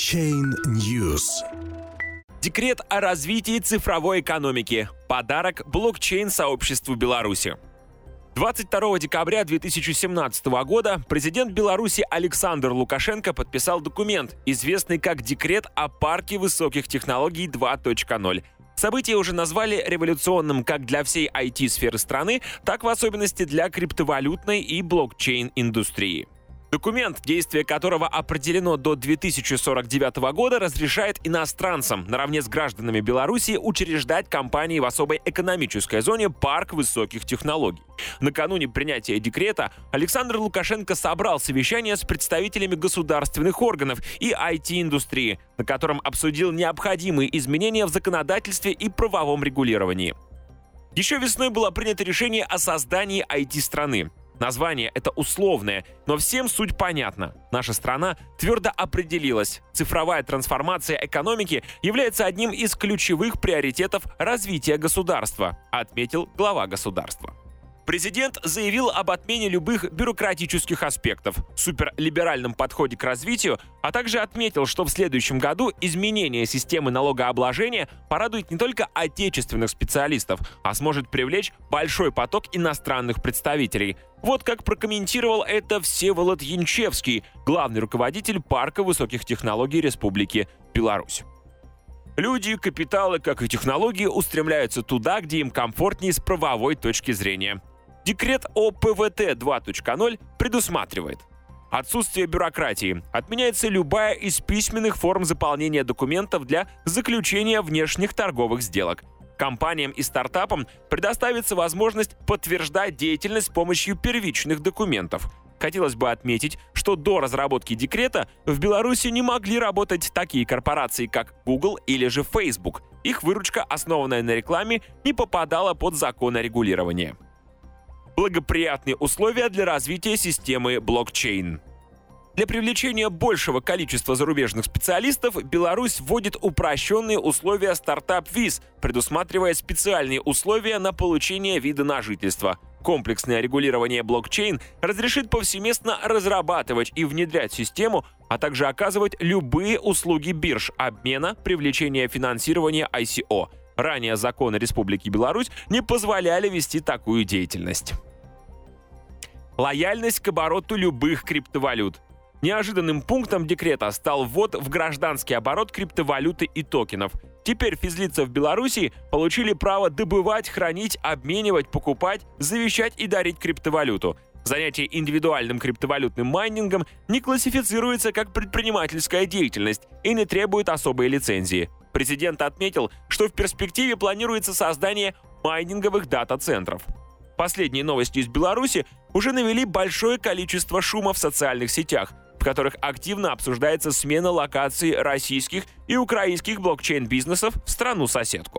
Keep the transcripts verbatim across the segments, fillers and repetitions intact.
Blockchain News. Декрет о развитии цифровой экономики. Подарок блокчейн-сообществу Беларуси. двадцать второго декабря две тысячи семнадцатого года президент Беларуси Александр Лукашенко подписал документ, известный как «Декрет о парке высоких технологий два точка ноль». Событие уже назвали революционным как для всей ай ти-сферы страны, так в особенности для криптовалютной и блокчейн-индустрии. Документ, действие которого определено до две тысячи сорок девятого года, разрешает иностранцам, наравне с гражданами Беларуси, учреждать компании в особой экономической зоне парк высоких технологий. Накануне принятия декрета Александр Лукашенко собрал совещание с представителями государственных органов и ай ти-индустрии, на котором обсудил необходимые изменения в законодательстве и правовом регулировании. Еще весной было принято решение о создании ай ти-страны. Название это условное, но всем суть понятна. Наша страна твердо определилась. Цифровая трансформация экономики является одним из ключевых приоритетов развития государства, отметил глава государства. Президент заявил об отмене любых бюрократических аспектов, суперлиберальном подходе к развитию, а также отметил, что в следующем году изменение системы налогообложения порадует не только отечественных специалистов, а сможет привлечь большой поток иностранных представителей. Вот как прокомментировал это Всеволод Янчевский, главный руководитель парка высоких технологий Республики Беларусь. Люди, капиталы, как и технологии, устремляются туда, где им комфортнее с правовой точки зрения. Декрет о пэ вэ тэ два точка ноль предусматривает отсутствие бюрократии. Отменяется любая из письменных форм заполнения документов для заключения внешних торговых сделок. Компаниям и стартапам предоставится возможность подтверждать деятельность с помощью первичных документов. Хотелось бы отметить, что до разработки декрета в Беларуси не могли работать такие корпорации, как Google или же Facebook. Их выручка, основанная на рекламе, не попадала под закон о регулировании. Благоприятные условия для развития системы блокчейн. Для привлечения большего количества зарубежных специалистов Беларусь вводит упрощенные условия стартап-виз, предусматривая специальные условия на получение вида на жительство. Комплексное регулирование блокчейн разрешит повсеместно разрабатывать и внедрять систему, а также оказывать любые услуги бирж, обмена, привлечения финансирования ай си о. Ранее законы Республики Беларусь не позволяли вести такую деятельность. Лояльность к обороту любых криптовалют. Неожиданным пунктом декрета стал ввод в гражданский оборот криптовалюты и токенов. Теперь физлица в Беларуси получили право добывать, хранить, обменивать, покупать, завещать и дарить криптовалюту. Занятие индивидуальным криптовалютным майнингом не классифицируется как предпринимательская деятельность и не требует особой лицензии. Президент отметил, что в перспективе планируется создание майнинговых дата-центров. Последние новости из Беларуси уже навели большое количество шума в социальных сетях, в которых активно обсуждается смена локаций российских и украинских блокчейн-бизнесов в страну-соседку.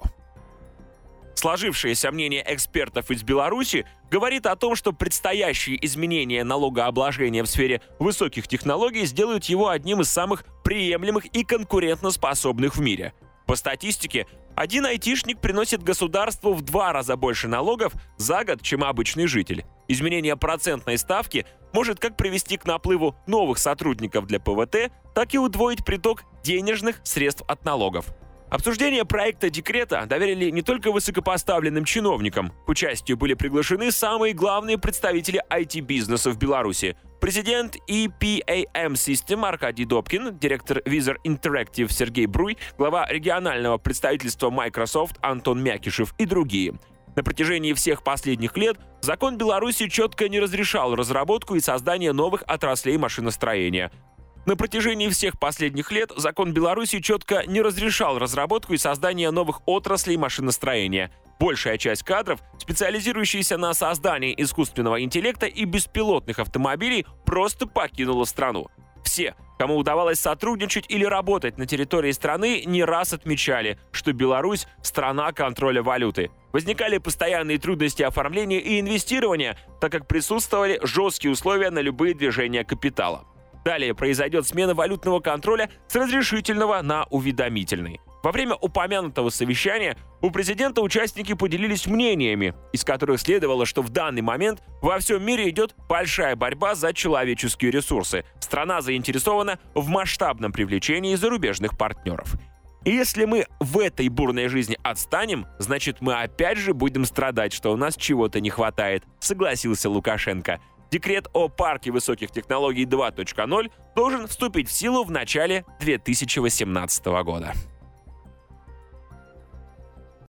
Сложившееся мнение экспертов из Беларуси говорит о том, что предстоящие изменения налогообложения в сфере высоких технологий сделают его одним из самых приемлемых и конкурентоспособных в мире. По статистике, один айтишник приносит государству в два раза больше налогов за год, чем обычный житель. Изменение процентной ставки может как привести к наплыву новых сотрудников для пэ вэ тэ, так и удвоить приток денежных средств от налогов. Обсуждение проекта декрета доверили не только высокопоставленным чиновникам. К участию были приглашены самые главные представители ай ти-бизнеса в Беларуси. Президент и пи эй эм System Аркадий Добкин, директор Wizard Interactive Сергей Бруй, глава регионального представительства Microsoft Антон Мякишев и другие. На протяжении всех последних лет закон Беларуси четко не разрешал разработку и создание новых отраслей машиностроения. На протяжении всех последних лет закон Беларуси четко не разрешал разработку и создание новых отраслей машиностроения. Большая часть кадров, специализирующиеся на создании искусственного интеллекта и беспилотных автомобилей, просто покинула страну. Все, кому удавалось сотрудничать или работать на территории страны, не раз отмечали, что Беларусь – страна контроля валюты. Возникали постоянные трудности оформления и инвестирования, так как присутствовали жесткие условия на любые движения капитала. Далее произойдет смена валютного контроля с разрешительного на уведомительный. Во время упомянутого совещания у президента участники поделились мнениями, из которых следовало, что в данный момент во всем мире идет большая борьба за человеческие ресурсы. Страна заинтересована в масштабном привлечении зарубежных партнеров. И если мы в этой бурной жизни отстанем, значит мы опять же будем страдать, что у нас чего-то не хватает, согласился Лукашенко. Декрет о парке высоких технологий два точка ноль должен вступить в силу в начале две тысячи восемнадцатого года.